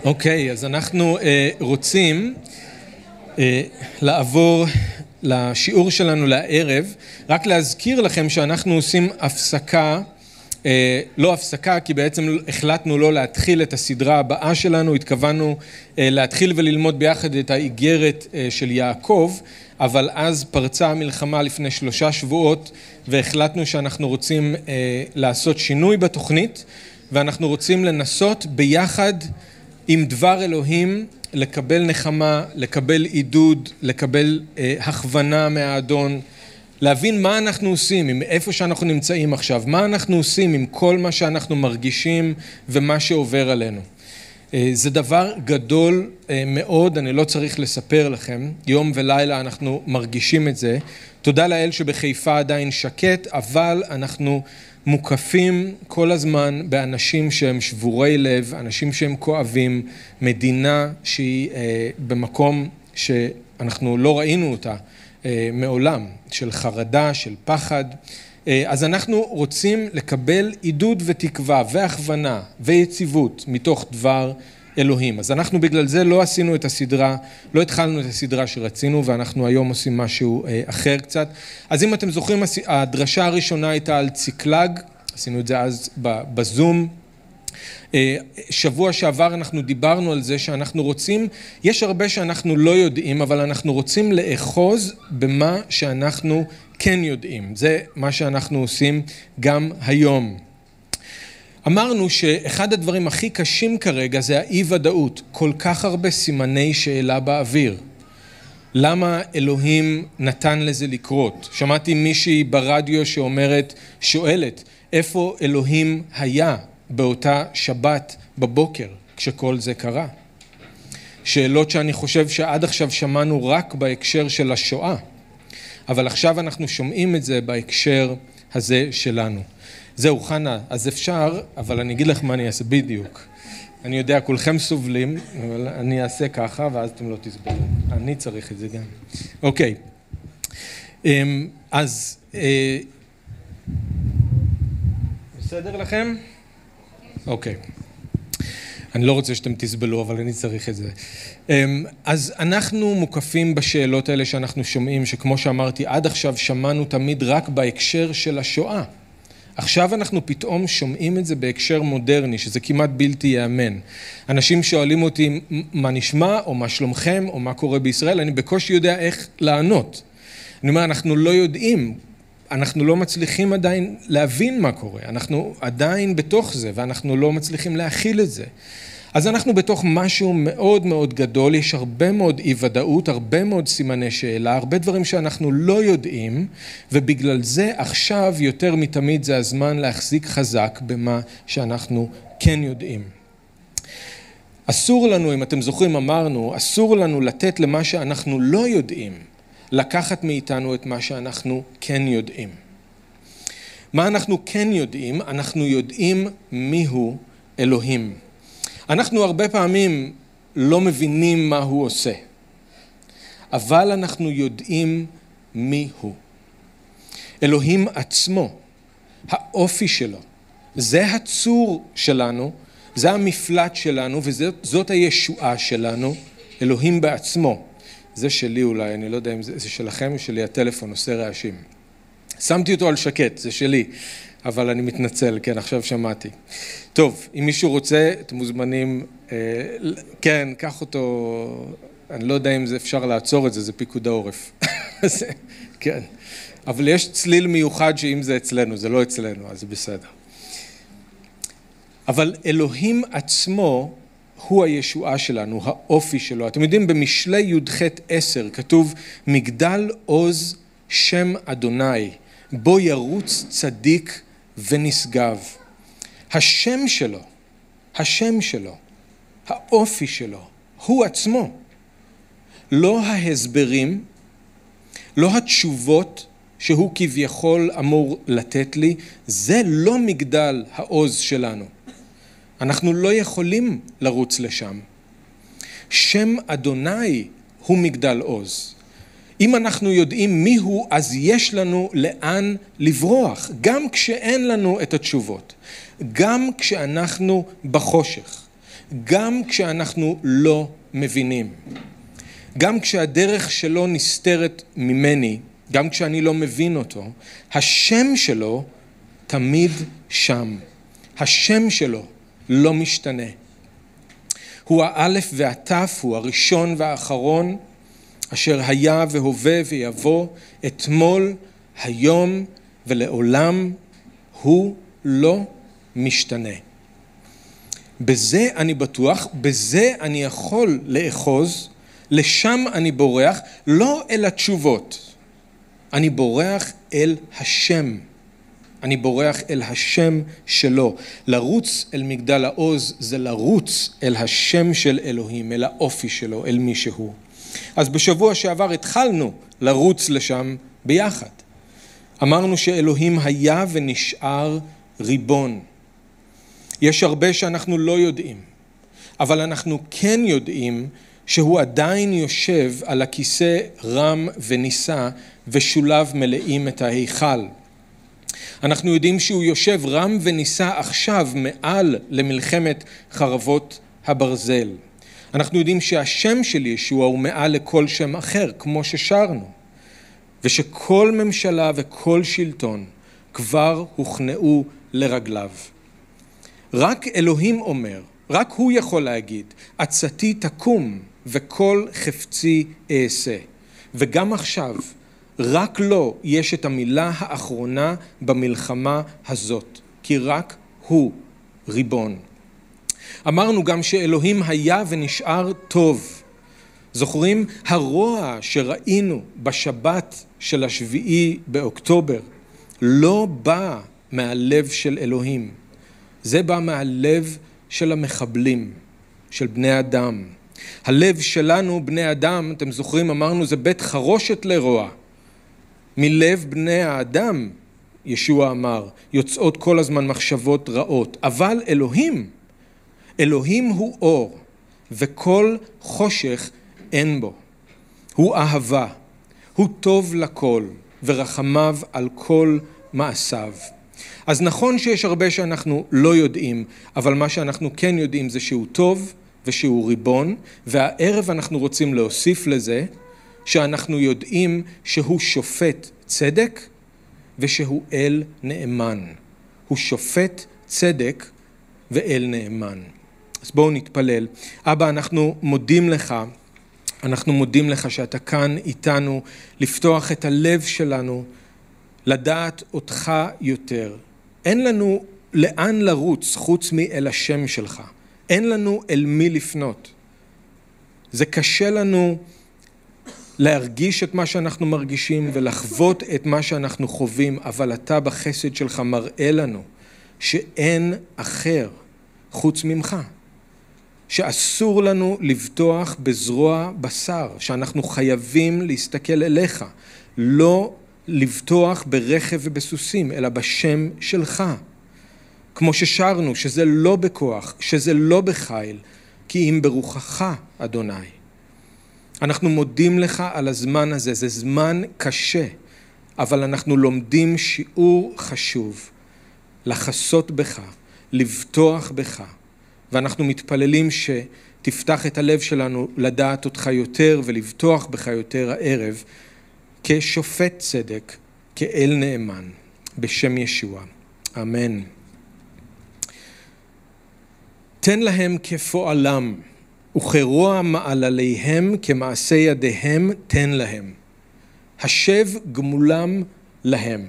אוקיי, אז אנחנו רוצים לעבור לשיעור שלנו לערב. רק להזכיר לכם שאנחנו עושים הפסקה, לא הפסקה, כי בעצם החלטנו לא להתחיל את הסדרה הבאה שלנו, התכוונו להתחיל וללמוד ביחד את האיגרת של יעקב, אבל אז פרצה המלחמה לפני 3 שבועות, והחלטנו שאנחנו רוצים לעשות שינוי בתוכנית, ואנחנו רוצים לנסות ביחד עם דבר אלוהים לקבל נחמה, לקבל עידוד, לקבל הכוונה מהאדון, להבין מה אנחנו עושים עם איפה שאנחנו נמצאים עכשיו, מה אנחנו עושים עם כל מה שאנחנו מרגישים ומה שעובר עלינו. זה דבר גדול מאוד, אני לא צריך לספר לכם, יום ולילה אנחנו מרגישים את זה. תודה לאל שבחיפה עדיין שקט, אבל אנחנו מוקפים כל הזמן באנשים שהם שבורי לב, אנשים שהם כואבים, מדינה שהיא במקום שאנחנו לא ראינו אותה מעולם, של חרדה, של פחד. אז אנחנו רוצים לקבל עידוד ותקווה והכוונה ויציבות מתוך דבר אלוהים. אז אנחנו בגלל זה לא עשינו את הסדרה, לא התחלנו את הסדרה שרצינו, ואנחנו היום עושים משהו אחר קצת. אז אם אתם זוכרים, הדרשה הראשונה הייתה על ציקלג, עשינו את זה אז בזום. שבוע שעבר אנחנו דיברנו על זה שאנחנו רוצים, יש הרבה שאנחנו לא יודעים, אבל אנחנו רוצים לאחוז במה שאנחנו כן יודעים. זה מה שאנחנו עושים גם היום. אמרנו שאחד הדברים הכי קשים כרגע זה האי-ודאות, כל כך הרבה סימני שאלה באוויר. למה אלוהים נתן לזה לקרות? שמעתי מישהי ברדיו שואלת, איפה אלוהים היה באותה שבת בבוקר כשכל זה קרה? שאלות שאני חושב שעד עכשיו שמענו רק בהקשר של השואה, אבל עכשיו אנחנו שומעים את זה בהקשר הזה שלנו. זהו חנה, אז אפשר, אבל אני אגיד לך מה אני אעשה בדיוק. אני יודע, כולכם סובלים, אבל אני אעשה ככה, ואז אתם לא תסבלו. אני צריך את זה גם. אוקיי. אז בסדר לכם? אוקיי. אני לא רוצה שאתם תסבלו, אבל אני צריך את זה. אז אנחנו מוקפים בשאלות האלה שאנחנו שומעים, שכמו שאמרתי, עד עכשיו שמענו תמיד רק בהקשר של השואה. עכשיו אנחנו פתאום שומעים את זה בהקשר מודרני, שזה כמעט בלתי ייאמן. אנשים שואלים אותי מה נשמע, או מה שלומכם, או מה קורה בישראל, אני בקושי יודע איך לענות. אני אומר, אנחנו לא יודעים, אנחנו לא מצליחים עדיין להבין מה קורה, אנחנו עדיין בתוך זה, ואנחנו לא מצליחים להכיל את זה. אז אנחנו בתוך משהו מאוד מאוד גדול, יש הרבה מאוד אי-ודאות, הרבה מאוד סימני שאלה, הרבה דברים שאנחנו לא יודעים, ובגלל זה עכשיו יותר מתמיד זה הזמן להחזיק חזק במה שאנחנו כן יודעים. אסור לנו, אם אתם זוכרים אמרנו, אסור לנו לתת למה שאנחנו לא יודעים, לקחת מאיתנו את מה שאנחנו כן יודעים. מה אנחנו כן יודעים? אנחנו יודעים מיהו אלוהים. אנחנו הרבה פעמים לא מבינים מה הוא עושה, אבל אנחנו יודעים מי הוא. אלוהים עצמו, האופי שלו, זה הצור שלנו, זה המפלט שלנו, וזאת הישועה שלנו, אלוהים בעצמו. זה שלי אולי, אני לא יודע אם זה שלכם, שלי הטלפון עושה רעשים. שמתי אותו על שקט, זה שלי. אבל אני מתנצל, כן, עכשיו שמעתי. טוב, אם מישהו רוצה, אתם מוזמנים, כן, קח אותו, אני לא יודע אם זה אפשר לעצור את זה, זה פיקוד העורף. כן, אבל יש צליל מיוחד שאם זה אצלנו, זה לא אצלנו, אז זה בסדר. אבל אלוהים עצמו הוא הישועה שלנו, האופי שלו. אתם יודעים, במשלי י"ח 10 כתוב, מגדל עוז שם אדוני, בו ירוץ צדיק ונשגב. השם שלו, האופי שלו, הוא עצמו. לא ההסברים, לא התשובות שהוא כביכול אמור לתת לי, זה לא מגדל העוז שלנו. אנחנו לא יכולים לרוץ לשם. שם אדוני הוא מגדל עוז. אם אנחנו יודעים מי הוא, אז יש לנו לאן לברוח, גם כשאין לנו את התשובות, גם כשאנחנו בחושך, גם כשאנחנו לא מבינים. גם כשהדרך שלו נסתרת ממני, גם כשאני לא מבין אותו, השם שלו תמיד שם. השם שלו לא משתנה. הוא האלף והתף, הוא הראשון והאחרון, אשר היה והווה ויבוא, אתמול, היום ולעולם, הוא לא משתנה. בזה אני בטוח, בזה אני יכול לאחוז, לשם אני בורח, לא אל התשובות. אני בורח אל השם. אני בורח אל השם שלו. לרוץ אל מגדל העוז זה לרוץ אל השם של אלוהים, אל האופי שלו, אל מי שהוא. אז בשבוע שעבר התחלנו לרוץ לשם ביחד. אמרנו שאלוהים היה ונשאר ריבון. יש הרבה שאנחנו לא יודעים, אבל אנחנו כן יודעים שהוא עדיין יושב על הכיסא רם ונישא ושולב מלאים את ההיכל. אנחנו יודעים שהוא יושב רם ונישא עכשיו מעל למלחמת חרבות הברזל. אנחנו יודעים שהשם של ישוע הוא מעל לכל שם אחר, כמו ששרנו. ושכל ממשלה וכל שלטון כבר הוכנעו לרגליו. רק אלוהים אומר, רק הוא יכול להגיד, עצתי תקום וכל חפצי אעשה. וגם עכשיו, רק לו יש את המילה האחרונה במלחמה הזאת, כי רק הוא ריבון. אמרנו גם שאלוהים היה ונשאר טוב. זוכרים? הרוע שראינו בשבת של 7 באוקטובר לא בא מהלב של אלוהים. זה בא מהלב של המחבלים, של בני אדם. הלב שלנו, בני אדם, אתם זוכרים, אמרנו, זה בית חרושת לרוע. מלב בני האדם, ישוע אמר, יוצאות כל הזמן מחשבות רעות. אבל אלוהים הוא אור, וכל חושך אין בו. הוא אהבה, הוא טוב לכל, ורחמיו על כל מעשיו. אז נכון שיש הרבה שאנחנו לא יודעים, אבל מה שאנחנו כן יודעים זה שהוא טוב ושהוא ריבון, והערב אנחנו רוצים להוסיף לזה שאנחנו יודעים שהוא שופט צדק ושהוא אל נאמן. הוא שופט צדק ואל נאמן. אז בואו נתפלל. אבא, אנחנו מודים לך שאתה כאן איתנו, לפתוח את הלב שלנו, לדעת אותך יותר. אין לנו לאן לרוץ חוץ מאל השם שלך. אין לנו אל מי לפנות. זה קשה לנו להרגיש את מה שאנחנו מרגישים ולחוות את מה שאנחנו חווים, אבל אתה בחסד שלך מראה לנו שאין אחר חוץ ממך. שאסור לנו לבטוח בזרוע בשר, שאנחנו חייבים להסתכל אליך, לא לבטוח ברכב ובסוסים, אלא בשם שלך. כמו ששרנו, שזה לא בכוח, שזה לא בחיל, כי אם ברוחך, אדוני. אנחנו מודים לך על הזמן הזה, זה זמן קשה, אבל אנחנו לומדים שיעור חשוב, לחסות בך, לבטוח בך, ואנחנו מתפללים שתפתח את הלב שלנו לדעת אותך יותר ולבטוח בך יותר הערב, כשופט צדק, כאל נאמן, בשם ישוע. אמן. תן להם כפועלם, וכרוע מעלליהם כמעשה ידיהם תן להם. השב גמולם להם.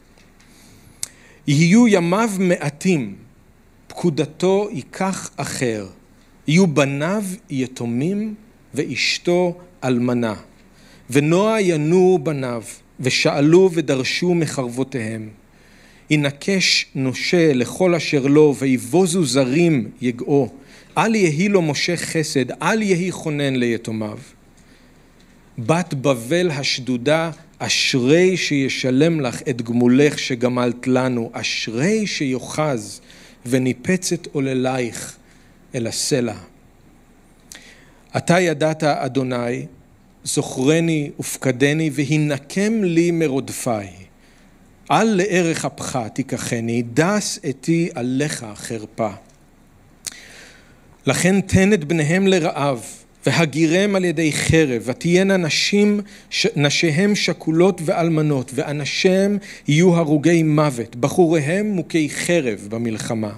יהיו ימיו מעטים, פקודתו ייקח אחר. יהיו בניו יתומים ואשתו אלמנה. ונוע ינועו בניו, ושאלו ודרשו מחרבותיהם. ינקש נושה לכל אשר לו, ויבוזו זרים יגעו. אל יהי לו משה חסד, אל יהי חונן ליתומיו. בת בבל השדודה, אשרי שישלם לך את גמולך שגמלת לנו, אשרי שיוחז וניפצת עוללייך אל הסלע. אתה ידעת, אדוני, זוכרני ופקדני, והינקם לי מרודפיי. אל לערך אפך תיקחני, דס אתי עליך חרפה. לכן תן את בניהם לרעב, והגירם על ידי חרב, ותהיינה נשיהם שכולות ואלמנות, ואנשיהם יהיו הרוגי מוות, בחוריהם מוכי חרב במלחמה.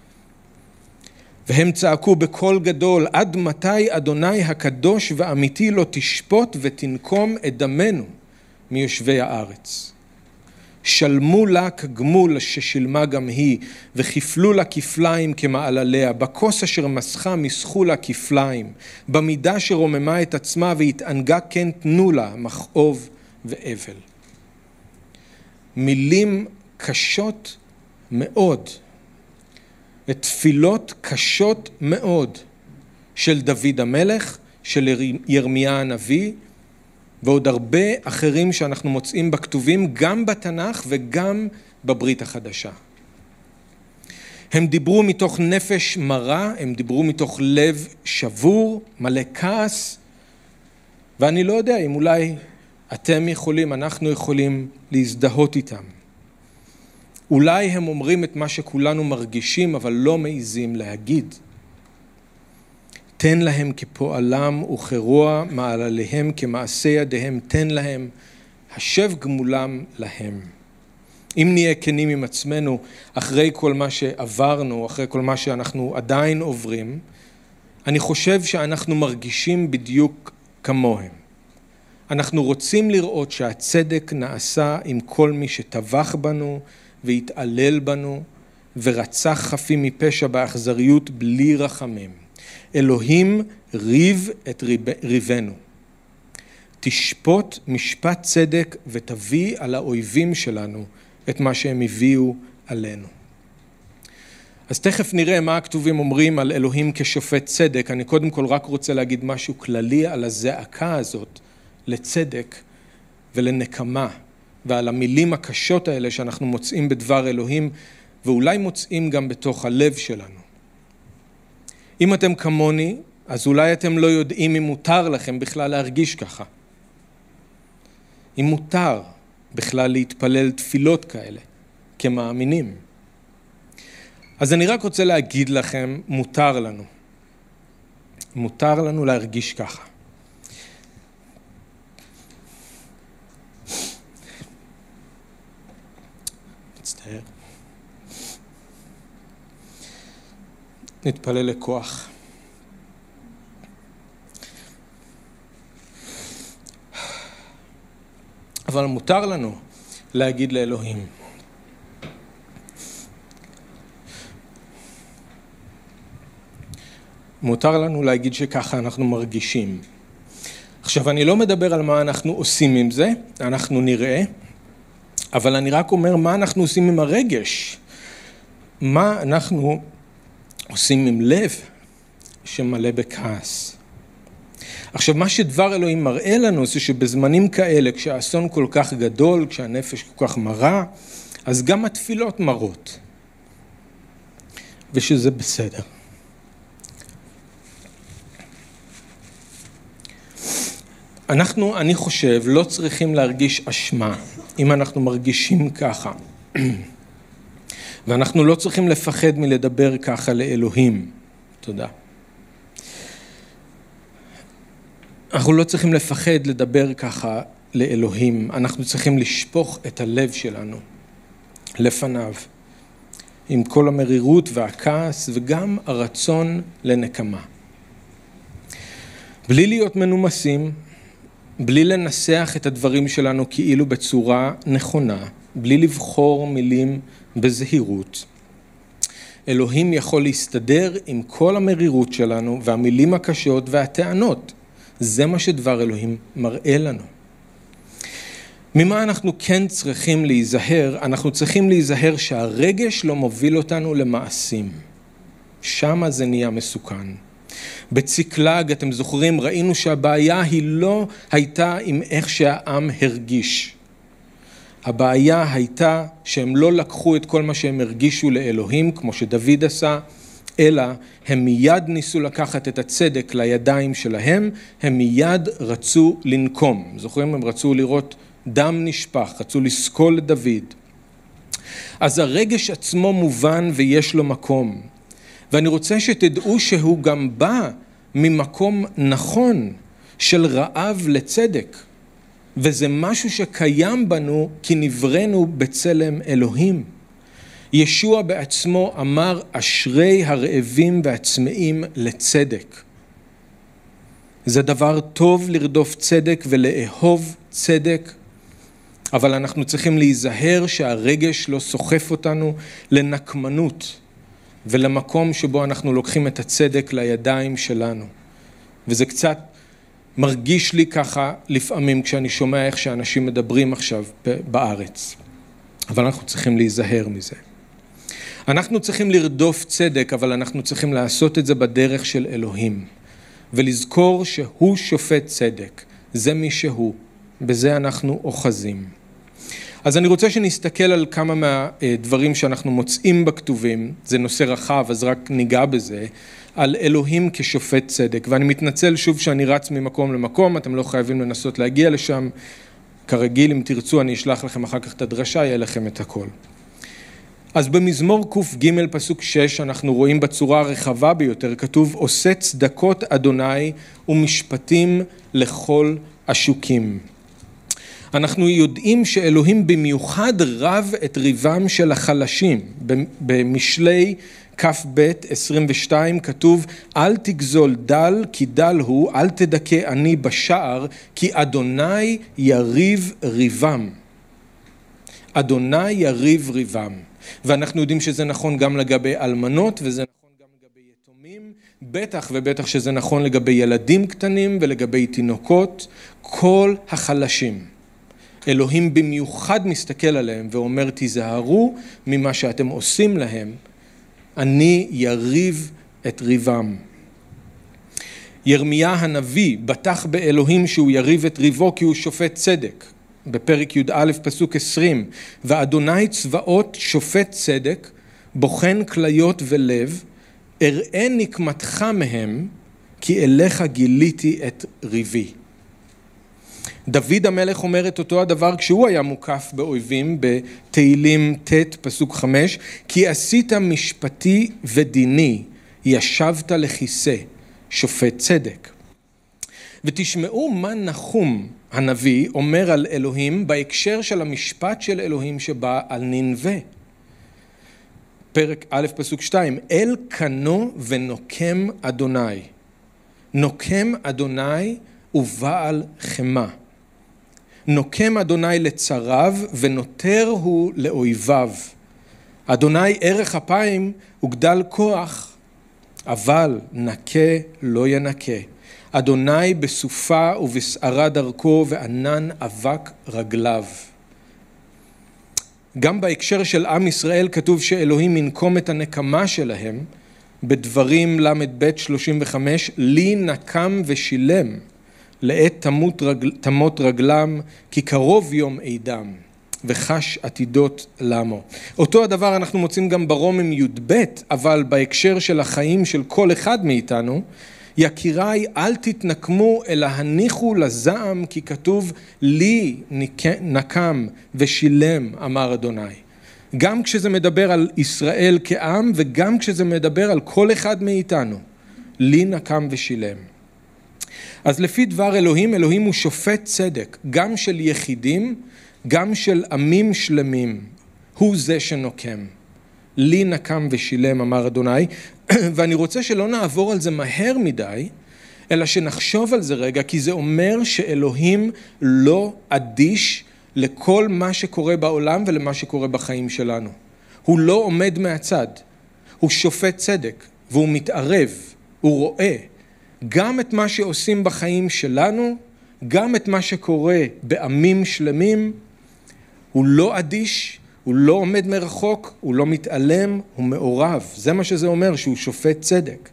והם צעקו בקול גדול, עד מתי אדוני הקדוש ואמיתי לא תשפוט ותנקום את דמנו מיושבי הארץ. שלמו לה כגמול ששילמה גם היא, וכפלו לה כפליים כמעלליה, בכוס אשר מסכה מסכו לה כפליים, במידה שרוממה את עצמה והתענגה כן תנו לה מכאוב ואבל. מילים קשות מאוד, תפילות קשות מאוד של דוד המלך, של ירמיה הנביא, ועוד הרבה אחרים שאנחנו מוצאים בכתובים, גם בתנ"ך וגם בברית החדשה. הם דיברו מתוך נפש מרה, הם דיברו מתוך לב שבור, מלא כעס, ואני לא יודע אם אולי אתם יכולים, אנחנו יכולים להזדהות איתם. אולי הם אומרים את מה שכולנו מרגישים, אבל לא מעיזים להגיד. תן להם כפועלם וכרוע מעלליהם כמעשה ידיהם, תן להם, השב גמולם להם. אם נהיה כנים עם עצמנו, אחרי כל מה שעברנו, אחרי כל מה שאנחנו עדיין עוברים, אני חושב שאנחנו מרגישים בדיוק כמוהם. אנחנו רוצים לראות שהצדק נעשה עם כל מי שטבח בנו והתעלל בנו ורצח חפים מפשע באכזריות בלי רחמים. אלוהים ריב את ריבנו. תשפוט משפט צדק ותביא על האויבים שלנו את מה שהם הביאו עלינו. אז תכף נראה מה הכתובים אומרים על אלוהים כשופט צדק. אני קודם כל רק רוצה להגיד משהו כללי על הזעקה הזאת לצדק ולנקמה, ועל המילים הקשות האלה שאנחנו מוצאים בדבר אלוהים, ואולי מוצאים גם בתוך הלב שלנו. אם אתם כמוני, אז אולי אתם לא יודעים אם מותר לכם בכלל להרגיש ככה. אם מותר בכלל להתפלל תפילות כאלה, כמאמינים. אז אני רק רוצה להגיד לכם, מותר לנו. מותר לנו להרגיש ככה. מצטער. נתפלל לכוח. אבל מותר לנו להגיד לאלוהים. מותר לנו להגיד שככה אנחנו מרגישים. עכשיו, אני לא מדבר על מה אנחנו עושים עם זה, אנחנו נראה, אבל אני רק אומר מה אנחנו עושים עם הרגש. מה אנחנו עושים עם לב שמלא בכעס. עכשיו, מה שדבר אלוהים מראה לנו זה שבזמנים כאלה, כשהאסון כל כך גדול, כשהנפש כל כך מרה, אז גם התפילות מרות. ושזה בסדר. אני חושב, לא צריכים להרגיש אשמה, אם אנחנו מרגישים ככה. ואנחנו לא צריכים לפחד מלדבר ככה לאלוהים. תודה. אנחנו לא צריכים לפחד לדבר ככה לאלוהים. אנחנו צריכים לשפוך את הלב שלנו לפניו, עם כל המרירות והכעס וגם הרצון לנקמה. בלי להיות מנומסים, בלי לנסח את הדברים שלנו כאילו בצורה נכונה, בלי לבחור מילים בזהירות. אלוהים יכול להסתדר עם כל המרירות שלנו והמילים הקשות והטענות. זה מה שדבר אלוהים מראה לנו. ממה אנחנו כן צריכים להיזהר? אנחנו צריכים להיזהר שהרגש לא מוביל אותנו למעשים. שמה זה נהיה מסוכן. בציקלג, אתם זוכרים, ראינו שהבעיה היא לא הייתה עם איך שהעם הרגיש. הבעיה הייתה שהם לא לקחו את כל מה שהם הרגישו לאלוהים, כמו שדוד עשה, אלא הם מיד ניסו לקחת את הצדק לידיים שלהם, הם מיד רצו לנקום. זוכרים, הם רצו לראות דם נשפך, רצו לסקול לדוד. אז הרגש עצמו מובן ויש לו מקום. ואני רוצה שתדעו שהוא גם בא ממקום נכון של רעב לצדק. וזה משהו שקיים בנו כי נבראנו בצלם אלוהים. ישוע בעצמו אמר, אשרי הרעבים והצמאים לצדק. זה דבר טוב לרדוף צדק ולאהוב צדק, אבל אנחנו צריכים להיזהר שהרגש לא סוחף אותנו לנקמנות ולמקום שבו אנחנו לוקחים את הצדק לידיים שלנו. וזה קצת מרגיש לי ככה לפעמים כשאני שומע איך שאנשים מדברים עכשיו בארץ. אבל אנחנו צריכים להיזהר מזה. אנחנו צריכים לרדוף צדק, אבל אנחנו צריכים לעשות את זה בדרך של אלוהים. ולזכור שהוא שופט צדק. זה מי שהוא. בזה אנחנו אוחזים. אז אני רוצה שנסתכל על כמה מהדברים שאנחנו מוצאים בכתובים. זה נושא רחב, אז רק ניגע בזה. על אלוהים כשופט צדק. ואני מתנצל שוב שאני רץ ממקום למקום. אתם לא חייבים לנסות להגיע לשם. כרגיל, אם תרצו, אני אשלח לכם אחר כך את הדרשה, יהיה לכם את הכל. אז במזמור ק"ג פסוק 6 אנחנו רואים בצורה הרחבה ביותר, כתוב, עושה צדקות אדוני ומשפטים לכל עשוקים. אנחנו יודעים שאלוהים במיוחד רב את ריבם של החלשים. במשלי כ"ב 22 כתוב, אל תגזול דל כי דל הוא, אל תדכא עני בשער, כי אדוני יריב ריבם. אדוני יריב ריבם. ואנחנו יודעים שזה נכון גם לגבי אלמנות, וזה נכון גם לגבי יתומים, בטח ובטח שזה נכון לגבי ילדים קטנים ולגבי תינוקות, כל החלשים. אלוהים במיוחד מסתכל עליהם ואומר, תיזהרו ממה שאתם עושים להם, אני יריב את ריבם. ירמיה הנביא בטח באלוהים שהוא יריב את ריבו כי הוא שופט צדק. בפרק י"א פסוק 20, ואדוני צבאות שופט צדק, בוחן כליות ולב, אראה נקמתך מהם, כי אליך גיליתי את ריבי. דוד המלך אומר את אותו הדבר כשהוא היה מוקף באויבים, בתהילים ט' פסוק 5, כי עשית משפטי ודיני, ישבת לכיסא, שופט צדק. ותשמעו מה נחום הנביא אומר על אלוהים בהקשר של המשפט של אלוהים שבא על נינווה. פרק א' פסוק 2, אל קנו ונוקם אדוני. נוקם אדוני ובעל חמה. נוקם אדוני לצריו ונותר הוא לאויביו. אדוני ערך אפיים וגדל כוח, אבל נקה לא ינקה. אדוני בסופה ובשערה דרכו וענן אבק רגליו. גם בהקשר של עם ישראל כתוב שאלוהים ינקום את הנקמה שלהם, בדברים ל"ב 35, לי נקם ושילם, לעת תמות רגלם, כי קרוב יום עידם, וחש עתידות למו. אותו הדבר אנחנו מוצאים גם ברומים י"ב, אבל בהקשר של החיים של כל אחד מאיתנו, יקיריי אל תתנקמו אלא הניחו לזעם כי כתוב לי נקם ושילם אמר אדוני. גם כשזה מדבר על ישראל כעם וגם כשזה מדבר על כל אחד מאיתנו. לי נקם ושילם. אז לפי דבר אלוהים, אלוהים הוא שופט צדק, גם של יחידים, גם של עמים שלמים. הוא זה שנוקם. לי נקם ושילם אמר אדוני, ואני רוצה שלא נעבור על זה מהר מדי, אלא שנחשוב על זה רגע, כי זה אומר שאלוהים לא אדיש לכל מה שקורה בעולם ולמה שקורה בחיים שלנו. הוא לא עומד מהצד, הוא שופט צדק, והוא מתערב, הוא רואה גם את מה שעושים בחיים שלנו, גם את מה שקורה בעמים שלמים, הוא לא אדיש, הוא לא עומד מרחוק, הוא לא מתעלם, הוא מעורב. זה מה שזה אומר, שהוא שופט צדק.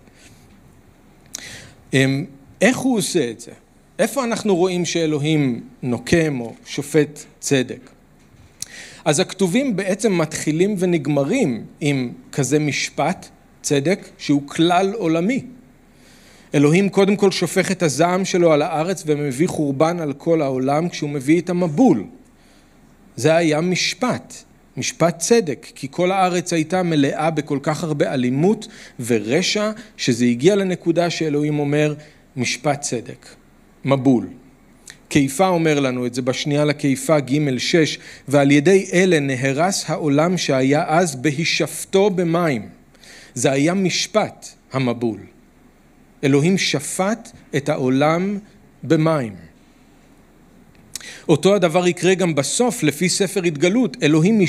איך הוא עושה את זה? איפה אנחנו רואים שאלוהים נוקם או שופט צדק? אז הכתובים בעצם מתחילים ונגמרים עם כזה משפט צדק שהוא כלל עולמי. אלוהים קודם כל שופך את הזעם שלו על הארץ ומביא חורבן על כל העולם כשהוא מביא את המבול. זה היה משפט. משפט צדק, כי כל הארץ הייתה מלאה בכל כך הרבה אלימות ורשע, שזה הגיע לנקודה שאלוהים אומר, משפט צדק, מבול. קיפה אומר לנו את זה בשנייה לקיפה ג' 6, ועל ידי אלה נהרס העולם שהיה אז בהישפטו במים. זה היה משפט המבול. אלוהים שפט את העולם במים. אותו הדבר יקרה גם בסוף לפי ספר התגלות. אלוהים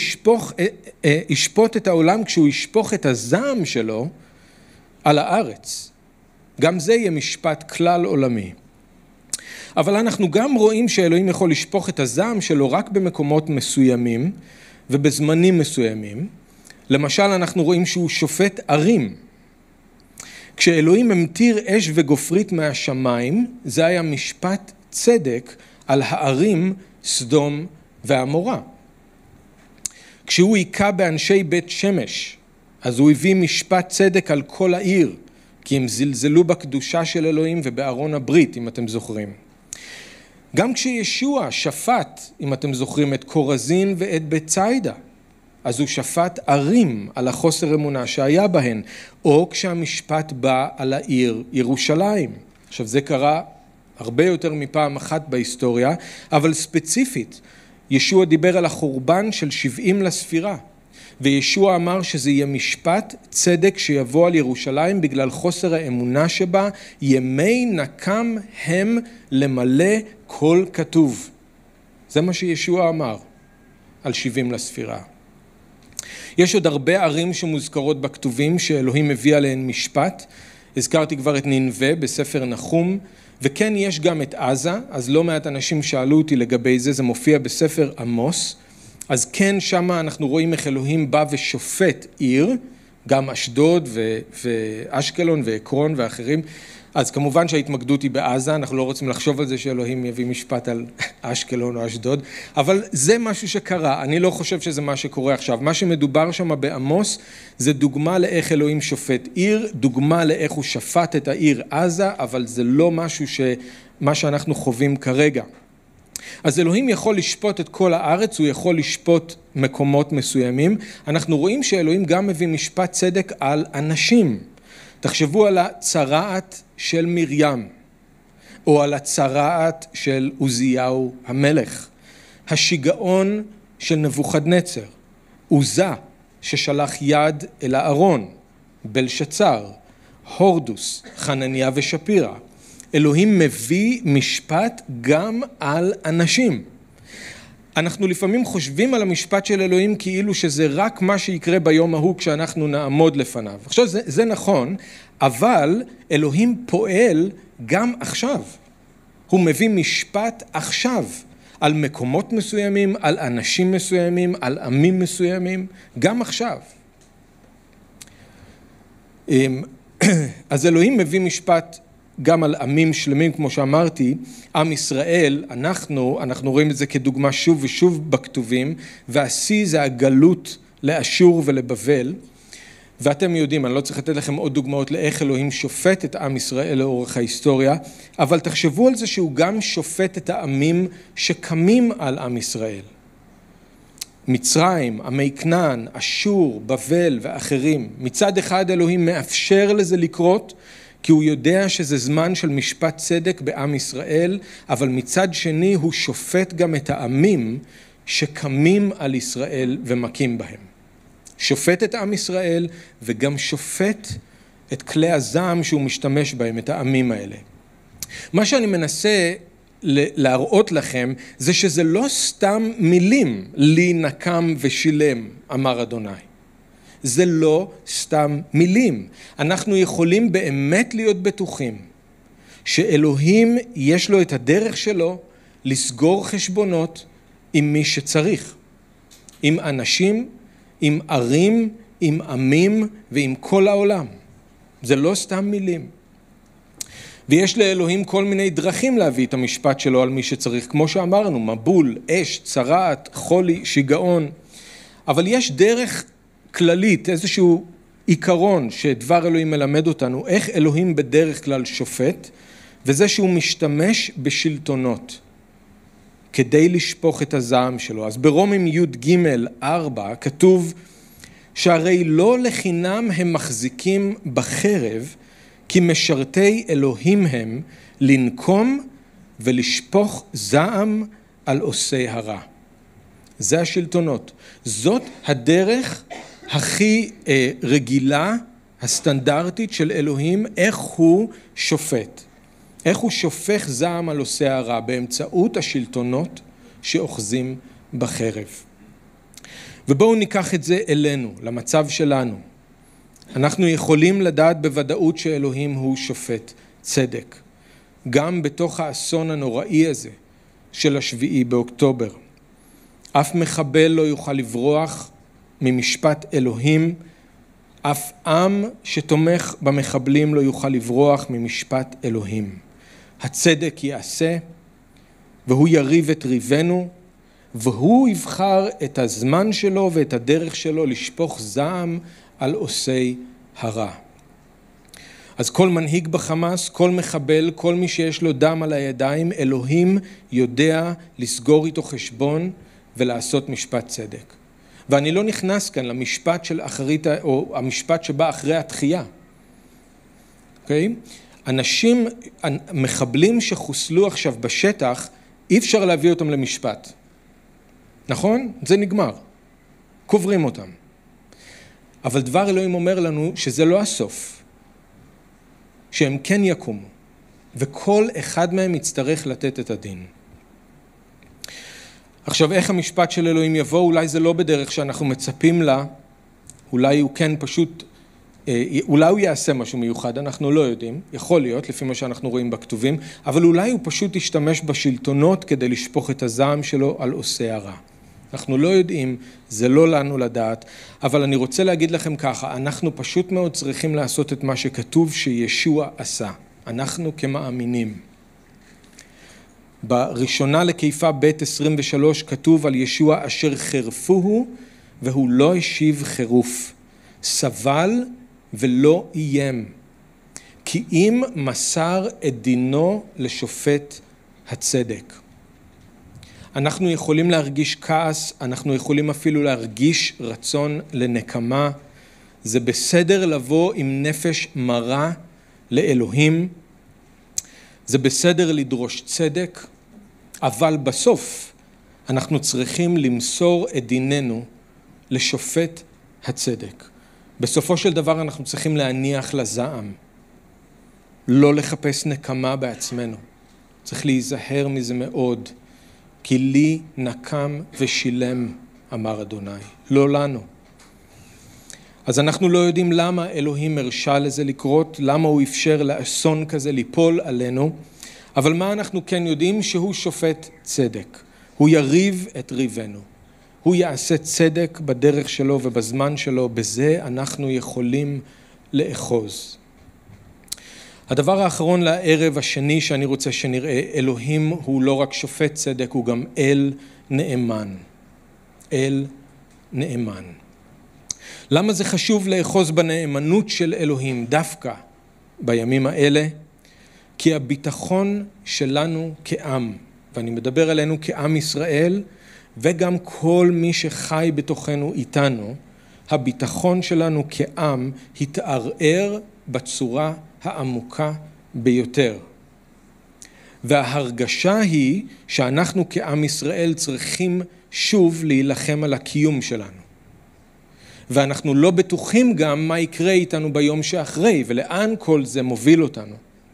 ישפוט את העולם כשהוא ישפוך את הזעם שלו על הארץ. גם זה יהיה משפט כלל עולמי. אבל אנחנו גם רואים שאלוהים יכול לשפוך את הזעם שלו רק במקומות מסוימים ובזמנים מסוימים. למשל אנחנו רואים שהוא שופט ערים. כשאלוהים המטיר אש וגופרית מהשמיים, זה היה משפט צדק על הערים סדום ועמורה. כשהוא היכה באנשי בית שמש, אז הוא הביא משפט צדק על כל העיר, כי הם זלזלו בקדושה של אלוהים ובארון הברית, אם אתם זוכרים. גם כשישוע שפט, אם אתם זוכרים, את קורזין ואת בית ציידה, אז הוא שפט ערים על החוסר אמונה שהיה בהן, או כשהמשפט בא על העיר ירושלים. עכשיו זה קרה הרבה יותר מפעם אחת בהיסטוריה, אבל ספציפית, ישוע דיבר על החורבן של 70 לספירה, וישוע אמר שזה יהיה משפט צדק שיבוא על ירושלים בגלל חוסר האמונה שבה, ימי נקם הם למלא כל כתוב. זה מה שישוע אמר על 70 לספירה. יש עוד הרבה ערים שמוזכרות בכתובים שאלוהים מביא עליהן משפט. הזכרתי כבר את נינווה בספר נחום, וכן יש גם את עזה, אז לא מעט אנשים שאלו אותי לגבי זה, זה מופיע בספר עמוס. אז כן, שם אנחנו רואים איך אלוהים בא ושופט עיר, גם אשדוד ואשקלון ועקרון ואחרים. אז כמובן שההתמקדות היא בעזה, אנחנו לא רוצים לחשוב על זה שאלוהים יביא משפט על אשקלון או אשדוד, אבל זה משהו שקרה, אני לא חושב שזה מה שקורה עכשיו. מה שמדובר שם בעמוס זה דוגמה לאיך אלוהים שופט עיר, דוגמה לאיך הוא שפט את העיר עזה, אבל זה לא משהו מה שאנחנו חווים כרגע. אז אלוהים יכול לשפוט את כל הארץ, הוא יכול לשפוט מקומות מסוימים. אנחנו רואים שאלוהים גם מביא משפט צדק על אנשים. תחשבו על הצרעת של מרים, או על הצרעת של עוזיהו המלך, השיגעון של נבוכדנצר, עוזה ששלח יד אל הארון, בלשצר, הורדוס, חנניה ושפירה. אלוהים מביא משפט גם על אנשים. אנחנו לפעמים חושבים על המשפט של אלוהים כאילו שזה רק מה שיקרה ביום ההוא כשאנחנו נעמוד לפניו. עכשיו זה נכון, אבל אלוהים פועל גם עכשיו. הוא מביא משפט עכשיו על מקומות מסוימים, על אנשים מסוימים, על עמים מסוימים, גם עכשיו. אז אלוהים מביא משפט גם על עמים שלמים, כמו שאמרתי. עם ישראל, אנחנו רואים את זה כדוגמה שוב ושוב בכתובים, והשיא זה הגלות לאשור ולבבל, ואתם יודעים, אני לא צריך לתת לכם עוד דוגמאות לאיך אלוהים שופט את עם ישראל לאורך ההיסטוריה, אבל תחשבו על זה שהוא גם שופט את העמים שקמים על עם ישראל. מצרים, עמי כנען, אשור, בבל ואחרים. מצד אחד אלוהים מאפשר לזה לקרות, כי הוא יודע שזה זמן של משפט צדק בעם ישראל, אבל מצד שני הוא שופט גם את העמים שקמים על ישראל ומכים בהם. שופט את עם ישראל וגם שופט את כלי הזעם שהוא משתמש בהם, את העמים האלה. מה שאני מנסה להראות לכם זה שזה לא סתם מילים, לי נקם ושילם, אמר אדוני. זה לא סתם מילים. אנחנו יכולים באמת להיות בטוחים שאלוהים יש לו את הדרך שלו לסגור חשבונות עם מי שצריך. עם אנשים, עם ערים, עם עמים ועם כל העולם. זה לא סתם מילים. ויש לאלוהים כל מיני דרכים להביא את המשפט שלו על מי שצריך. כמו שאמרנו, מבול, אש, צרעת, חולי, שיגעון. אבל יש דרך כללית, איזשהו עיקרון שדבר אלוהים מלמד אותנו, איך אלוהים בדרך כלל שופט, וזה שהוא משתמש בשלטונות. כדי לשפוך את הזעם שלו. אז ברומים י"ג 4 כתוב שהרי לא לחינם הם מחזיקים בחרב, כי משרתי אלוהים הם לנקום ולשפוך זעם על עושי הרע. זה השלטונות. זאת הדרך הכי רגילה, הסטנדרטית של אלוהים, איך הוא שופט. איך הוא שופך זעם על עושי הרע, באמצעות השלטונות שאוחזים בחרב. ובואו ניקח את זה אלינו, למצב שלנו. אנחנו יכולים לדעת בוודאות שאלוהים הוא שופט צדק. גם בתוך האסון הנוראי הזה של 7 באוקטובר. אף מחבל לא יוכל לברוח ממשפט אלוהים, אף עם שתומך במחבלים לא יוכל לברוח ממשפט אלוהים. הצדק יעשה, והוא יריב את ריבנו, והוא יבחר את הזמן שלו ואת הדרך שלו לשפוך זעם על עושי הרע. אז כל מנהיג בחמאס, כל מחבל, כל מי שיש לו דם על הידיים, אלוהים יודע לסגור איתו חשבון ולעשות משפט צדק. ואני לא נכנס כאן למשפט של אחרית, או המשפט שבא אחרי התחייה. אוקיי? אנשים, מחבלים שחוסלו עכשיו בשטח, אי אפשר להביא אותם למשפט. נכון? זה נגמר. קוברים אותם. אבל דבר אלוהים אומר לנו שזה לא הסוף. שהם כן יקומו. וכל אחד מהם יצטרך לתת את הדין. עכשיו, איך המשפט של אלוהים יבוא? אולי זה לא בדרך שאנחנו מצפים לה. אולי הוא כן פשוט, אולי הוא יעשה משהו מיוחד, אנחנו לא יודעים. יכול להיות, לפי מה שאנחנו רואים בכתובים. אבל אולי הוא פשוט ישתמש בשלטונות כדי לשפוך את הזעם שלו על עושי הרע. אנחנו לא יודעים, זה לא לנו לדעת, אבל אני רוצה להגיד לכם ככה, אנחנו פשוט מאוד צריכים לעשות את מה שכתוב שישוע עשה. אנחנו כמאמינים. בראשונה לקיפה ב' 23 כתוב על ישוע אשר חרפוהו והוא לא השיב חירוף. סבל ולא איים. כי אם מסר את דינו לשופט הצדק. אנחנו יכולים להרגיש כעס, אנחנו יכולים אפילו להרגיש רצון לנקמה. זה בסדר לבוא עם נפש מרה לאלוהים. זה בסדר לדרוש צדק, אבל בסוף אנחנו צריכים למסור את דיננו לשופט הצדק. בסופו של דבר אנחנו צריכים להניח לזעם, לא לחפש נקמה בעצמנו. צריך להיזהר מזה מאוד. כי לי נקם ושילם, אמר אדוני, לא לנו. אז אנחנו לא יודעים למה אלוהים הרשה לזה לקרות, למה הוא אפשר לאסון כזה ליפול עלינו, אבל מה אנחנו כן יודעים? שהוא שופט צדק. הוא יריב את ריבנו. הוא יעשה צדק בדרך שלו ובזמן שלו, בזה אנחנו יכולים לאחוז. הדבר האחרון לערב השני שאני רוצה שנראה, אלוהים הוא לא רק שופט צדק, הוא גם אל נאמן. אל נאמן. למה זה חשוב לאחוז בנאמנות של אלוהים דווקא בימים האלה? כי הביטחון שלנו כעם, ואני מדבר עלינו כעם ישראל, וגם כל מי שחי בתוכנו איתנו, הביטחון שלנו כעם התערער בצורה העמוקה ביותר. וההרגשה היא שאנחנו כעם ישראל צריכים שוב להילחם על הקיום שלנו. ואנחנו לא בטוחים גם מה יקרה איתנו ביום שאחרי, ולאן כל זה מוביל אותנו.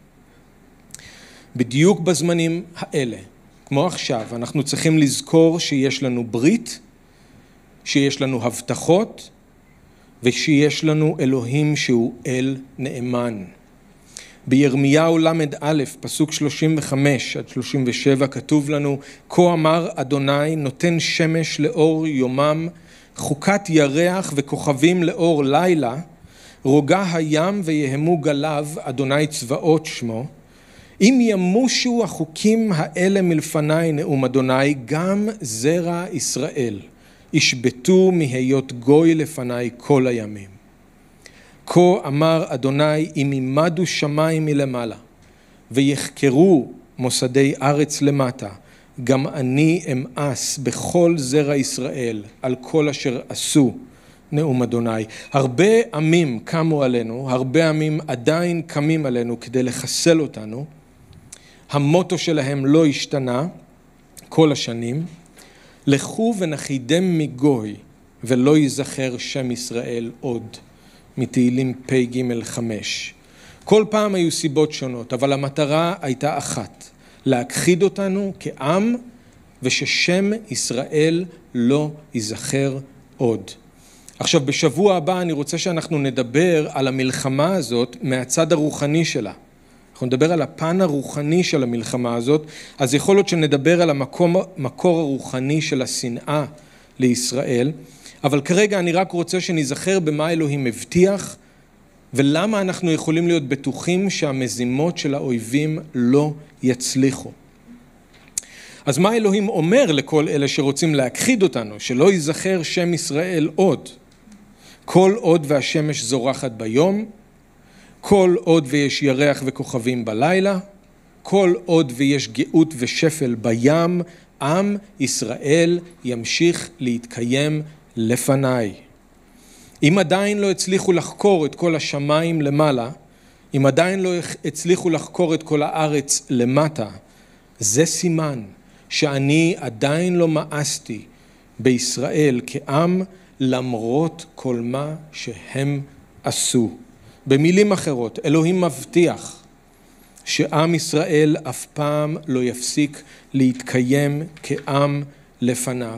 בדיוק בזמנים האלה, כמו עכשיו, אנחנו צריכים לזכור שיש לנו ברית, שיש לנו הבטחות, ושיש לנו אלוהים שהוא אל נאמן. בירמיהו ל"א, פסוק 35 עד 37, כתוב לנו, כה אמר אדוני, נותן שמש לאור יומם, חוקת ירח וכוכבים לאור לילה, רוגע הים ויהמו גליו, אדוני צבאות שמו. אם ימושו החוקים האלה מלפני, נאום אדוני, גם זרע ישראל ישבתו מהיות גוי לפני כל הימים. כה אמר אדוני, אם ימדו שמיים מלמעלה ויחקרו מוסדי ארץ למטה גם אני אמאס בכל זרע ישראל על כל אשר עשו, נאום אדוני. הרבה עמים קמו עלינו, הרבה עמים עדיין קמים עלינו כדי לחסל אותנו. המוטו שלהם לא השתנה כל השנים. לכו ונחידם מגוי ולא ייזכר שם ישראל עוד. מתהילים פ"ג 5. כל פעם היו סיבות שונות, אבל המטרה הייתה אחת. להכחיד אותנו כעם וששם ישראל לא ייזכר עוד. עכשיו בשבוע הבא אני רוצה שאנחנו נדבר על המלחמה הזאת מהצד הרוחני שלה. אנחנו נדבר על הפן הרוחני של המלחמה הזאת, אז יכול להיות שנדבר על המקור הרוחני של השנאה לישראל, אבל כרגע אני רק רוצה שנזכר במה אלוהים הבטיח, ולמה אנחנו יכולים להיות בטוחים שהמזימות של האויבים לא יצליחו. אז מה אלוהים אומר לכל אלה שרוצים להכחיד אותנו? שלא ייזכר שם ישראל עוד. כל עוד והשמש זורחת ביום, כל עוד ויש ירח וכוכבים בלילה, כל עוד ויש גאות ושפל בים, עם ישראל ימשיך להתקיים לפניי. אם עדיין לא הצליחו לחקור את כל השמיים למעלה, אם עדיין לא הצליחו לחקור את כל הארץ למטה, זה סימן שאני עדיין לא מאסתי בישראל כעם למרות כל מה שהם עשו. במילים אחרות, אלוהים מבטיח שעם ישראל אף פעם לא יפסיק להתקיים כעם לפניו.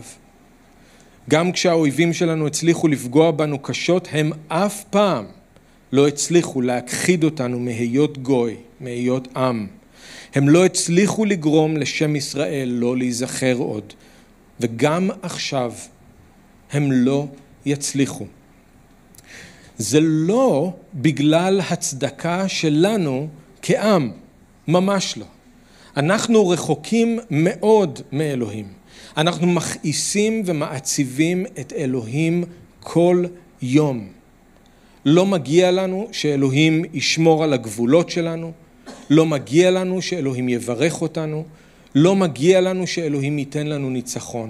גם כשהאויבים שלנו הצליחו לפגוע בנו קשות, הם אף פעם לא הצליחו להכחיד אותנו מהיות גוי, מהיות עם. הם לא הצליחו לגרום לשם ישראל לא להיזכר עוד. וגם עכשיו הם לא יצליחו. זה לא בגלל הצדקה שלנו כעם, ממש לא. אנחנו רחוקים מאוד מאלוהים. אנחנו מכעיסים ומעציבים את אלוהים כל יום. לא מגיע לנו שאלוהים ישמור על הגבולות שלנו, לא מגיע לנו שאלוהים יברך אותנו, לא מגיע לנו שאלוהים ייתן לנו ניצחון.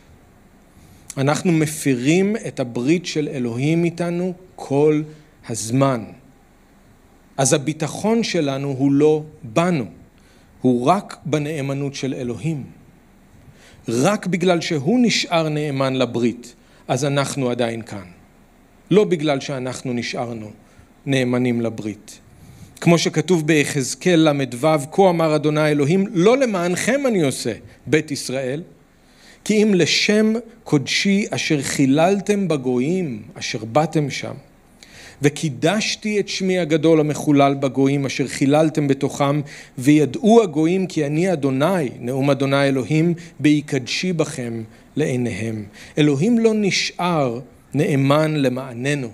אנחנו מפירים את הברית של אלוהים איתנו כל הזמן. אז הביטחון שלנו הוא לא בנו, הוא רק בנאמנות של אלוהים. רק בגלל שהוא נשאר נאמן לברית, אז אנחנו עדיין כאן. לא בגלל שאנחנו נשארנו נאמנים לברית. כמו שכתוב ביחזקאל ל"ו, כה אמר אדוני אלוהים, לא למענכם אני עושה, בית ישראל, כי אם לשם קודשי אשר חיללתם בגויים, אשר באתם שם, וקידשתי את שמי הגדול המחולל בגויים, אשר חיללתם בתוכם, וידעו הגויים כי אני אדוני, נאום אדוני אלוהים, בהיקדשי בכם לעיניהם. אלוהים לא נשאר נאמן למעננו.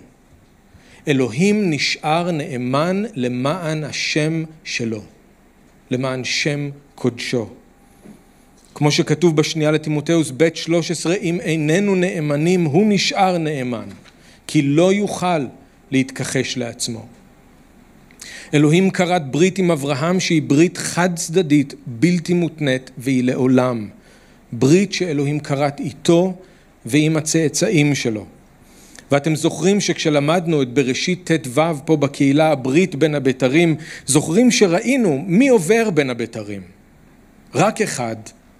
אלוהים נשאר נאמן למען השם שלו, למען שם קודשו. כמו שכתוב בשנייה לתימותאוס ב' 13, אם איננו נאמנים, הוא נשאר נאמן, כי לא יוכל להתכחש לעצמו. אלוהים כרת ברית עם אברהם שהיא ברית חד צדדית, בלתי מותנית, והיא לעולם. ברית שאלוהים כרת איתו ועם הצאצאים שלו. ואתם זוכרים שכשלמדנו את בראשית ט"ו פה בקהילה, הברית בין הבתרים, זוכרים שראינו מי עובר בין הבתרים. רק אחד,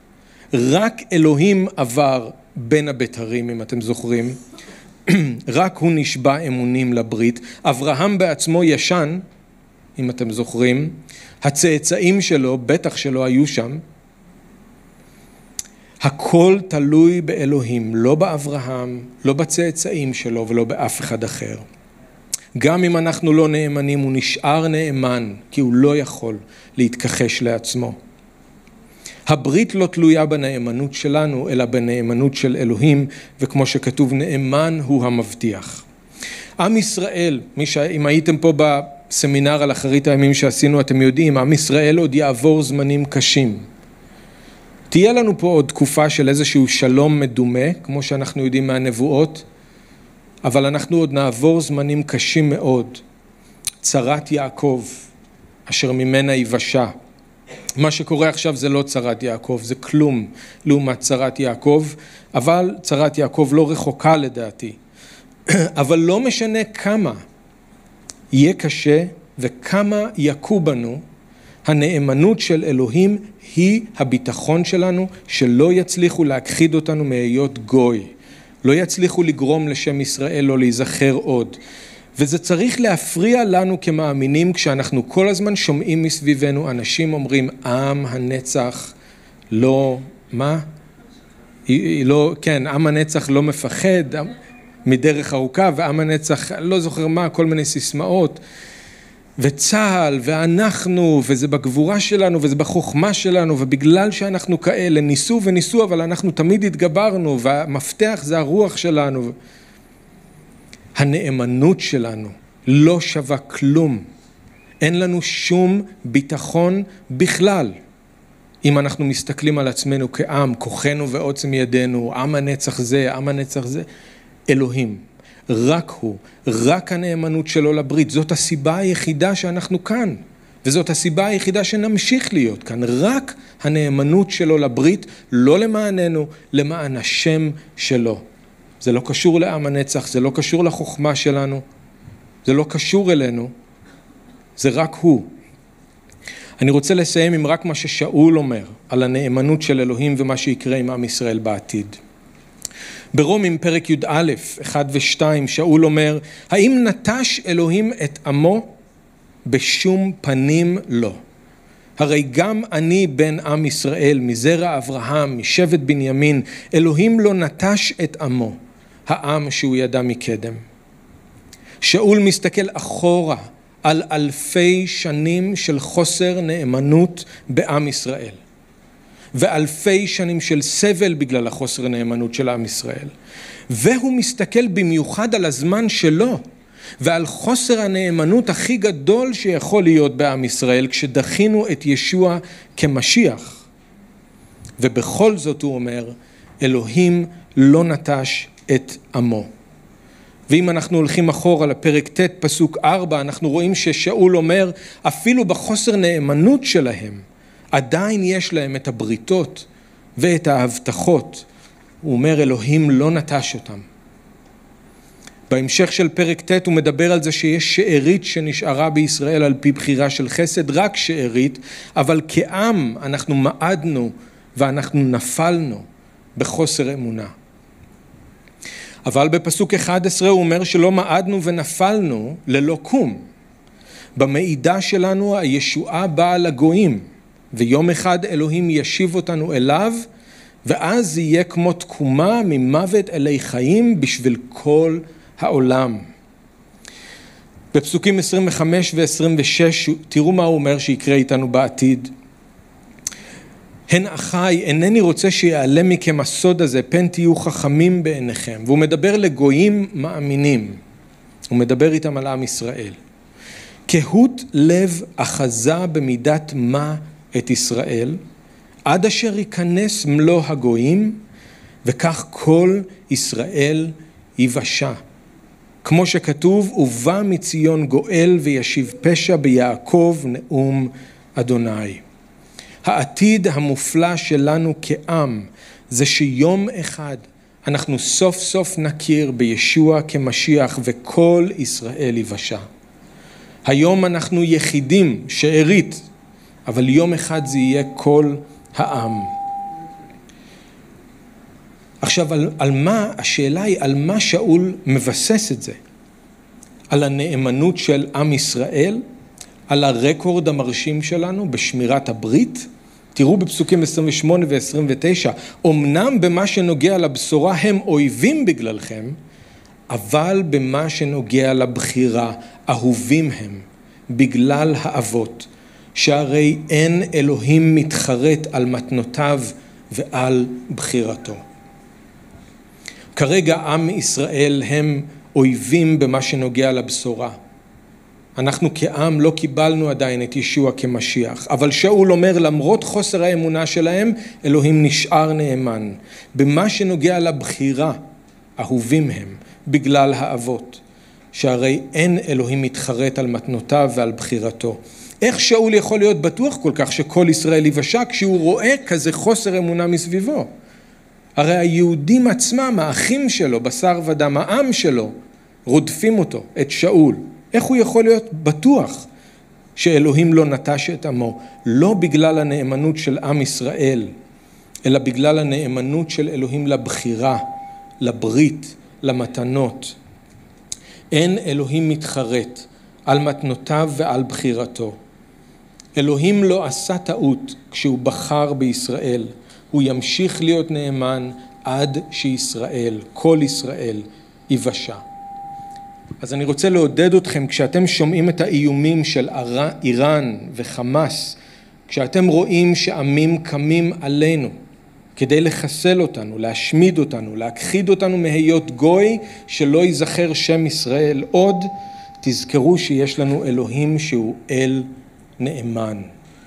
רק אלוהים עבר בין הבתרים, אם אתם זוכרים. רק הוא נשבע אמונים לברית. אברהם בעצמו ישן, אם אתם זוכרים. הצאצאים שלו, בטח שלא היו שם. הכל תלוי באלוהים, לא באברהם, לא בצאצאים שלו ולא באף אחד אחר. גם אם אנחנו לא נאמנים, הוא נשאר נאמן, כי הוא לא יכול להתכחש לעצמו. הברית לא תלויה בנאמנות שלנו, אלא בנאמנות של אלוהים, וכמו שכתוב, נאמן הוא המבטיח. עם ישראל, אם הייתם פה בסמינר על אחרית הימים שעשינו, אתם יודעים, עם ישראל עוד יעבור זמנים קשים. תהיה לנו פה עוד תקופה של איזשהו שלום מדומה, כמו שאנחנו יודעים מהנבואות, אבל אנחנו עוד נעבור זמנים קשים מאוד. צרת יעקב, אשר ממנה יבשה. מה שקורה עכשיו זה לא צרת יעקב, זה כלום לעומת צרת יעקב, אבל צרת יעקב לא רחוקה לדעתי. אבל לא משנה כמה יהיה קשה וכמה יכו בנו, הנאמנות של אלוהים היא הביטחון שלנו, שלא יצליחו להכחיד אותנו מהיות גוי, לא יצליחו לגרום לשם ישראל לא להיזכר עוד. וזה צריך להפריע לנו כמאמינים כשאנחנו כל הזמן שומעים מסביבנו אנשים אומרים עם הנצח לא, מה? לא, כן, עם הנצח לא מפחד מדרך ארוכה, ועם הנצח לא זוכר מה, כל מיני סיסמאות, וצהל ואנחנו, וזה בגבורה שלנו וזה בחוכמה שלנו, ובגלל שאנחנו כאלה ניסו וניסו, אבל אנחנו תמיד התגברנו, והמפתח זה הרוח שלנו. הנאמנות שלנו לא שווה כלום. אין לנו שום ביטחון בכלל. אם אנחנו מסתכלים על עצמנו כעם, כוחנו ועוצם ידינו, עם הנצח זה, עם הנצח זה, אלוהים. רק הוא, רק הנאמנות שלו לברית. זאת הסיבה היחידה שאנחנו כאן. וזאת הסיבה היחידה שנמשיך להיות כאן. רק הנאמנות שלו לברית, לא למעננו, למען השם שלו. זה לא קשור לעם הנצח, זה לא קשור לחוכמה שלנו, זה לא קשור אלינו, זה רק הוא. אני רוצה לסיים עם רק מה ששאול אומר על הנאמנות של אלוהים ומה שיקרה עם עם ישראל בעתיד. ברומים פרק י"א, 1 ו-2, שאול אומר, האם נטש אלוהים את עמו? בשום פנים לא. הרי גם אני בן עם ישראל, מזרע אברהם, משבט בנימין, אלוהים לא נטש את עמו, העם שהוא ידע מקדם. שאול מסתכל אחורה על אלפי שנים של חוסר נאמנות בעם ישראל. ואלפי שנים של סבל בגלל החוסר נאמנות של עם ישראל. והוא מסתכל במיוחד על הזמן שלו, ועל חוסר הנאמנות הכי גדול שיכול להיות בעם ישראל, כשדחינו את ישוע כמשיח. ובכל זאת הוא אומר, אלוהים לא נטש את עמו. ואם אנחנו הולכים אחורה לפרק ט' פסוק 4, אנחנו רואים ששאול אומר, אפילו בחוסר נאמנות שלהם, עדיין יש להם את הבריתות ואת ההבטחות. הוא אומר, אלוהים לא נטש אותם. בהמשך של פרק ט' הוא מדבר על זה שיש שארית שנשארה בישראל על פי בחירה של חסד, רק שארית, אבל כעם אנחנו מעדנו ואנחנו נפלנו בחוסר אמונה. אבל בפסוק 11 הוא אומר שלא מעדנו ונפלנו ללא קום. במעידה שלנו הישועה באה לגויים, ויום אחד אלוהים ישיב אותנו אליו, ואז יהיה כמו תקומה ממוות אלי חיים בשביל כל העולם. בפסוקים 25 ו-26 תראו מה הוא אומר שיקרה איתנו בעתיד. הן אחי, אינני רוצה שיעלה מכם הסוד הזה, פן תהיו חכמים בעיניכם. והוא מדבר לגויים מאמינים. הוא מדבר איתם על עם ישראל. קהות לב אחזה במידת מה את ישראל, עד אשר ייכנס מלוא הגויים, וכך כל ישראל יבשע. כמו שכתוב, ובא מציון גואל וישיב פשע ביעקב נאום אדוני. העתיד המופלא שלנו כעם זה שיום אחד אנחנו סוף סוף נכיר בישוע כמשיח וכל ישראל יבשע. היום אנחנו יחידים, שארית, אבל יום אחד זה יהיה כל העם. עכשיו, על מה, השאלה היא על מה שאול מבסס את זה? על הנאמנות של עם ישראל? על הרקורד המרשים שלנו בשמירת הברית? תראו בפסוקים 28 ו-29, אמנם במה שנוגע לבשורה הם אויבים בגללכם, אבל במה שנוגע לבחירה, אהובים הם, בגלל האבות, שהרי אין אלוהים מתחרט על מתנותיו ועל בחירתו. כרגע עם ישראל הם אויבים במה שנוגע לבשורה. אנחנו כעם לא קיבלנו עדיין את ישוע כמשיח, אבל שאול אומר למרות חוסר האמונה שלהם, אלוהים נשאר נאמן. במה שנוגע לבחירה, אהובים הם בגלל האבות, שהרי אין אלוהים מתחרט על מתנותיו ועל בחירתו. איך שאול יכול להיות בטוח כל כך שכל ישראל יבשע כשהוא רואה כזה חוסר אמונה מסביבו? הרי היהודים עצמם, האחים שלו, בשר ודם, העם שלו, רודפים אותו, את שאול. איך הוא יכול להיות בטוח שאלוהים לא נטש את עמו? לא בגלל הנאמנות של עם ישראל, אלא בגלל הנאמנות של אלוהים לבחירה, לברית, למתנות. אין אלוהים מתחרט על מתנותיו ועל בחירתו. אלוהים לא עשה טעות כשהוא בחר בישראל. הוא ימשיך להיות נאמן עד שישראל, כל ישראל, יבשע. אז אני רוצה לעודד אתכם, כשאתם שומעים את האיומים של איראן וחמאס, כשאתם רואים שעמים קמים עלינו כדי לחסל אותנו, להשמיד אותנו, להכחיד אותנו מהיות גוי, שלא ייזכר שם ישראל עוד, תזכרו שיש לנו אלוהים שהוא אל נאמן.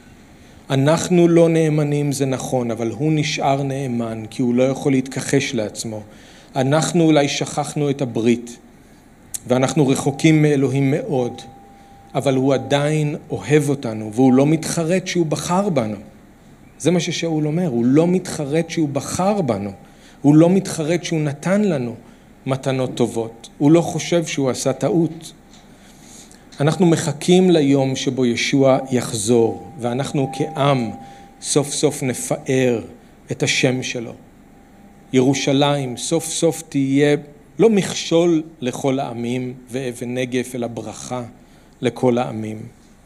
אנחנו לא נאמנים, זה נכון, אבל הוא נשאר נאמן, כי הוא לא יכול להתכחש לעצמו. אנחנו אולי שכחנו את הברית, ואנחנו רחוקים מאלוהים מאוד, אבל הוא עדיין אוהב אותנו, והוא לא מתחרט שהוא בחר בנו. זה מה ששאול אומר, הוא לא מתחרט שהוא בחר בנו, הוא לא מתחרט שהוא נתן לנו מתנות טובות, הוא לא חושב שהוא עשה טעות. אנחנו מחכים ליום שבו ישוע יחזור, ואנחנו כעם סוף סוף נפאר את השם שלו. ירושלים סוף סוף תהיה לא מכשול לכל העמים ואבן נגף, אלא ברכה לכל העמים.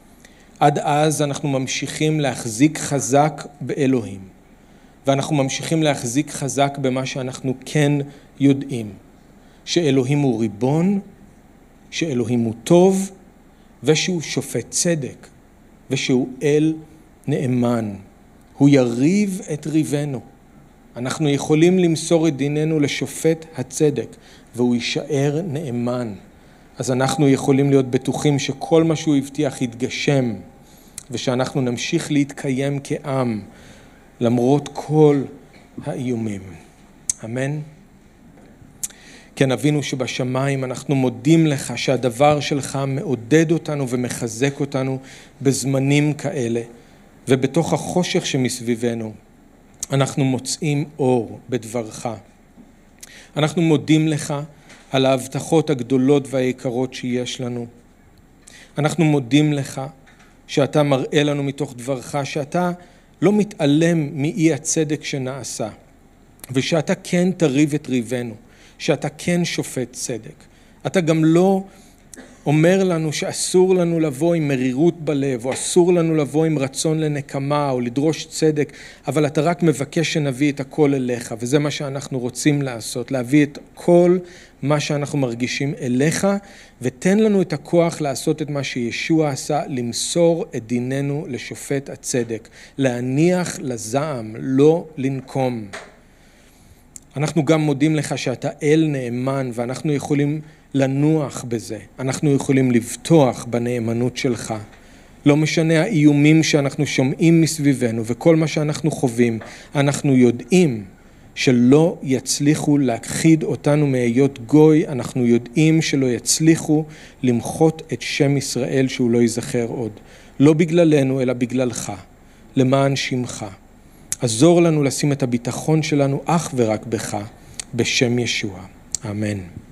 עד אז אנחנו ממשיכים להחזיק חזק באלוהים, ואנחנו ממשיכים להחזיק חזק במה שאנחנו כן יודעים, שאלוהים הוא ריבון, שאלוהים הוא טוב, ושהוא שופט צדק, ושהוא אל נאמן. הוא יריב את ריבנו. אנחנו יכולים למסור את דיננו לשופט הצדק, והוא יישאר נאמן. אז אנחנו יכולים להיות בטוחים שכל מה שהוא הבטיח יתגשם, ושאנחנו נמשיך להתקיים כעם, למרות כל האיומים. אמן. כן, אבינו שבשמיים, אנחנו מודים לך שהדבר שלך מעודד אותנו ומחזק אותנו בזמנים כאלה, ובתוך החושך שמסביבנו אנחנו מוצאים אור בדברך. אנחנו מודים לך על ההבטחות הגדולות והיקרות שיש לנו. אנחנו מודים לך שאתה מראה לנו מתוך דברך שאתה לא מתעלם מאי הצדק שנעשה, ושאתה כן תריב את ריבנו, שאתה כן שופט צדק. אתה גם לא אומר לנו שאסור לנו לבוא עם מרירות בלב, או אסור לנו לבוא עם רצון לנקמה, או לדרוש צדק, אבל אתה רק מבקש שנביא את הכל אליך, וזה מה שאנחנו רוצים לעשות, להביא את כל מה שאנחנו מרגישים אליך, ותן לנו את הכוח לעשות את מה שישוע עשה, למסור את דיננו לשופט הצדק, להניח לזעם, לא לנקום. אנחנו גם מודים לך שאתה אל נאמן, ואנחנו יכולים לנוח בזה. אנחנו יכולים לבטוח בנאמנות שלך. לא משנה האיומים שאנחנו שומעים מסביבנו, וכל מה שאנחנו חווים, אנחנו יודעים שלא יצליחו להכחיד אותנו מהיות גוי, אנחנו יודעים שלא יצליחו למחות את שם ישראל שהוא לא ייזכר עוד. לא בגללנו, אלא בגללך, למען שמך. עזור לנו לשים את הביטחון שלנו אך ורק בך, בשם ישוע. אמן.